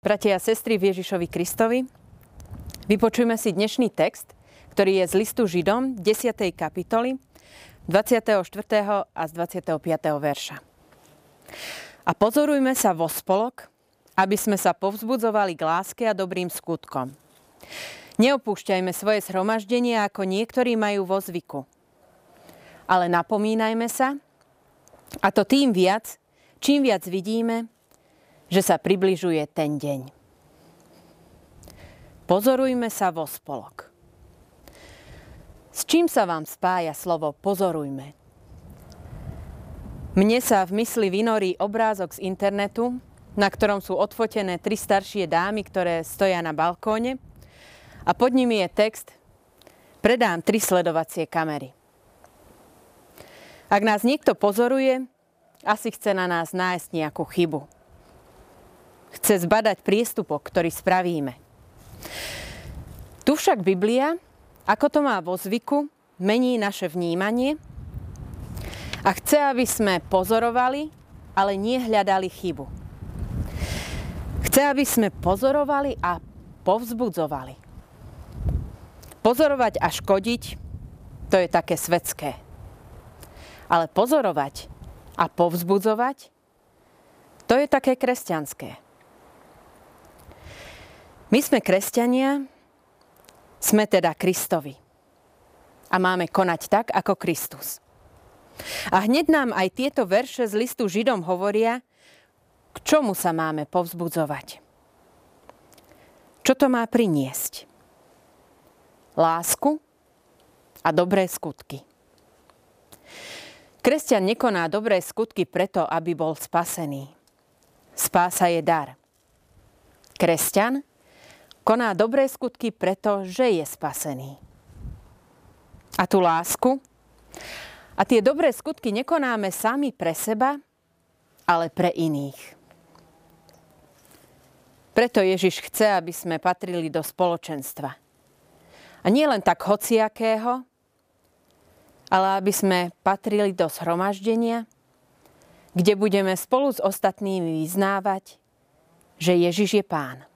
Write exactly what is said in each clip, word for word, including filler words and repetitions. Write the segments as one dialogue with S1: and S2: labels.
S1: Bratia a sestry v Ježišovi Kristovi, vypočujme si dnešný text, ktorý je z listu Židom desiatej kapitoly dvadsiateho štvrtého a z dvadsiateho piateho verša. A pozorujme sa vo spolok, aby sme sa povzbudzovali k láske a dobrým skutkom. Neopúšťajme svoje zhromaždenie, ako niektorí majú vo zvyku. Ale napomínajme sa, a to tým viac, čím viac vidíme, že sa približuje ten deň. Pozorujme sa vo spolok. S čím sa vám spája slovo pozorujme? Mne sa v mysli vynorí obrázok z internetu, na ktorom sú odfotené tri staršie dámy, ktoré stoja na balkóne a pod nimi je text Predám tri sledovacie kamery. Ak nás niekto pozoruje, asi chce na nás nájsť nejakú chybu. Chce zbadať priestupok, ktorý spravíme. Tu však Biblia, ako to má vo zvyku, mení naše vnímanie a chce, aby sme pozorovali, ale nie hľadali chybu. Chce, aby sme pozorovali a povzbudzovali. Pozorovať a škodiť, to je také svetské. Ale pozorovať a povzbudzovať, to je také kresťanské. My sme kresťania, sme teda Kristovi. A máme konať tak, ako Kristus. A hneď nám aj tieto verše z listu Židom hovoria, k čomu sa máme povzbudzovať. Čo to má priniesť? Lásku a dobré skutky. Kresťan nekoná dobré skutky preto, aby bol spasený. Spása je dar. Kresťan koná dobré skutky preto, že je spasený. A tú lásku a tie dobré skutky nekonáme sami pre seba, ale pre iných. Preto Ježiš chce, aby sme patrili do spoločenstva. A nie len tak hociakého, ale aby sme patrili do zhromaždenia, kde budeme spolu s ostatnými vyznávať, že Ježiš je Pán.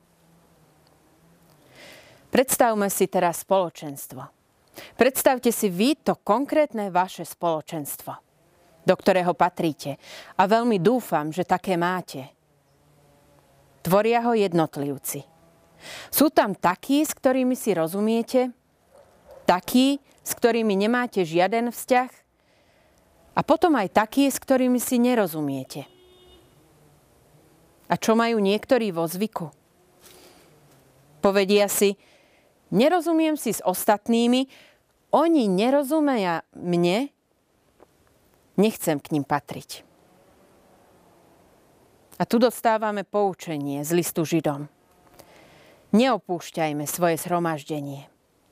S1: Predstavme si teraz spoločenstvo. Predstavte si vy to konkrétne vaše spoločenstvo, do ktorého patríte. A veľmi dúfam, že také máte. Tvoria ho jednotlivci. Sú tam takí, s ktorými si rozumiete, takí, s ktorými nemáte žiaden vzťah, a potom aj takí, s ktorými si nerozumiete. A čo majú niektorí vo zvyku? Povedia si, nerozumiem si s ostatnými, oni nerozumia mne, nechcem k ním patriť. A tu dostávame poučenie z listu Židom. Neopúšťajme svoje zhromaždenie.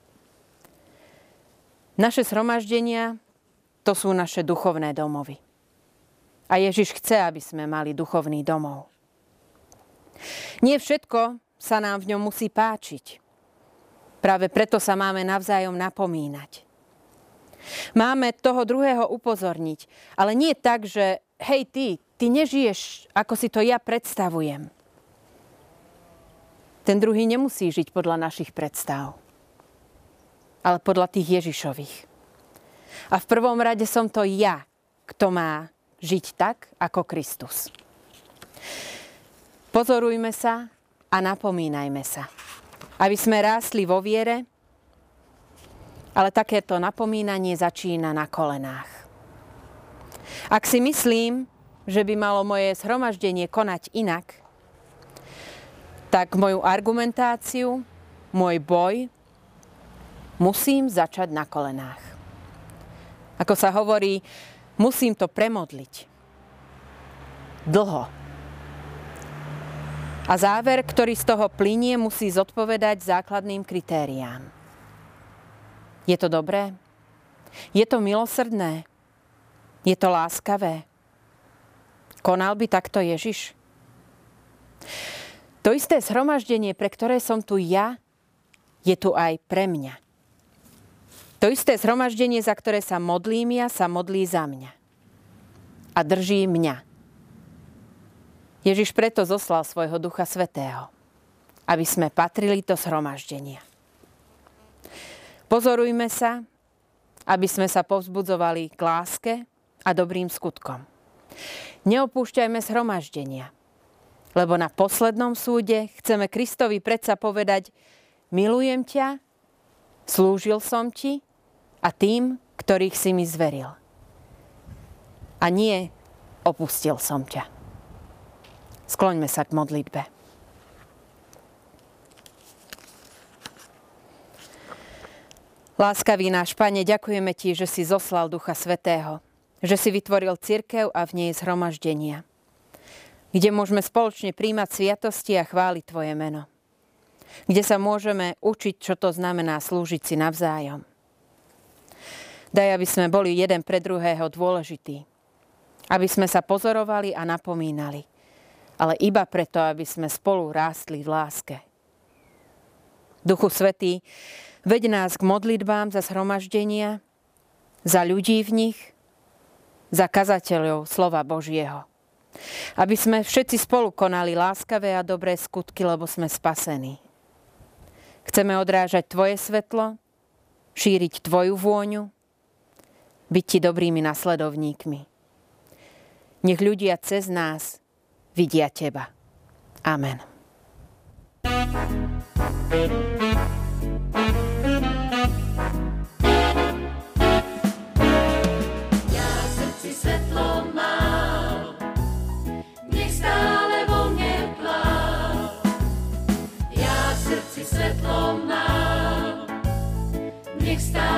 S1: Naše zhromaždenia, to sú naše duchovné domovy. A Ježiš chce, aby sme mali duchovný domov. Nie všetko sa nám v ňom musí páčiť. Práve preto sa máme navzájom napomínať. Máme toho druhého upozorniť, ale nie tak, že hej ty, ty nežiješ, ako si to ja predstavujem. Ten druhý nemusí žiť podľa našich predstav, ale podľa tých Ježišových. A v prvom rade som to ja, kto má žiť tak, ako Kristus. Pozorujme sa a napomínajme sa, aby sme rástli vo viere, ale takéto napomínanie začína na kolenách. Ak si myslím, že by malo moje zhromaždenie konať inak, tak moju argumentáciu, môj boj musím začať na kolenách. Ako sa hovorí, musím to premodliť. Dlho. A záver, ktorý z toho plynie, musí zodpovedať základným kritériám. Je to dobré? Je to milosrdné? Je to láskavé? Konal by takto Ježiš? To isté zhromaždenie, pre ktoré som tu ja, je tu aj pre mňa. To isté zhromaždenie, za ktoré sa modlím ja, sa modlí za mňa. A drží mňa. Ježiš preto zoslal svojho Ducha Svätého. aby sme patrili do zhromaždenia. Pozorujme sa, aby sme sa povzbudzovali k láske a dobrým skutkom. Neopúšťajme zhromaždenia, lebo na poslednom súde chceme Kristovi predsa povedať: milujem ťa, slúžil som ti a tým, ktorých si mi zveril. A nie opustil som ťa. Skloňme sa k modlitbe. Láskavý náš Pane, ďakujeme Ti, že si zoslal Ducha Svätého, že si vytvoril cirkev a v nej zhromaždenia, kde môžeme spoločne príjmať sviatosti a chváliť Tvoje meno, kde sa môžeme učiť, čo to znamená slúžiť si navzájom. Daj, aby sme boli jeden pre druhého dôležití, aby sme sa pozorovali a napomínali, ale iba preto, aby sme spolu rástli v láske. Duchu Svätý, veď nás k modlitbám za zhromaždenia, za ľudí v nich, za kazateľov slova Božieho. Aby sme všetci spolu konali láskavé a dobré skutky, lebo sme spasení. Chceme odrážať Tvoje svetlo, šíriť Tvoju vôňu, byť Ti dobrými nasledovníkmi. Nech ľudia cez nás vidia Teba. Amen.
S2: Svetlo mám, nech stále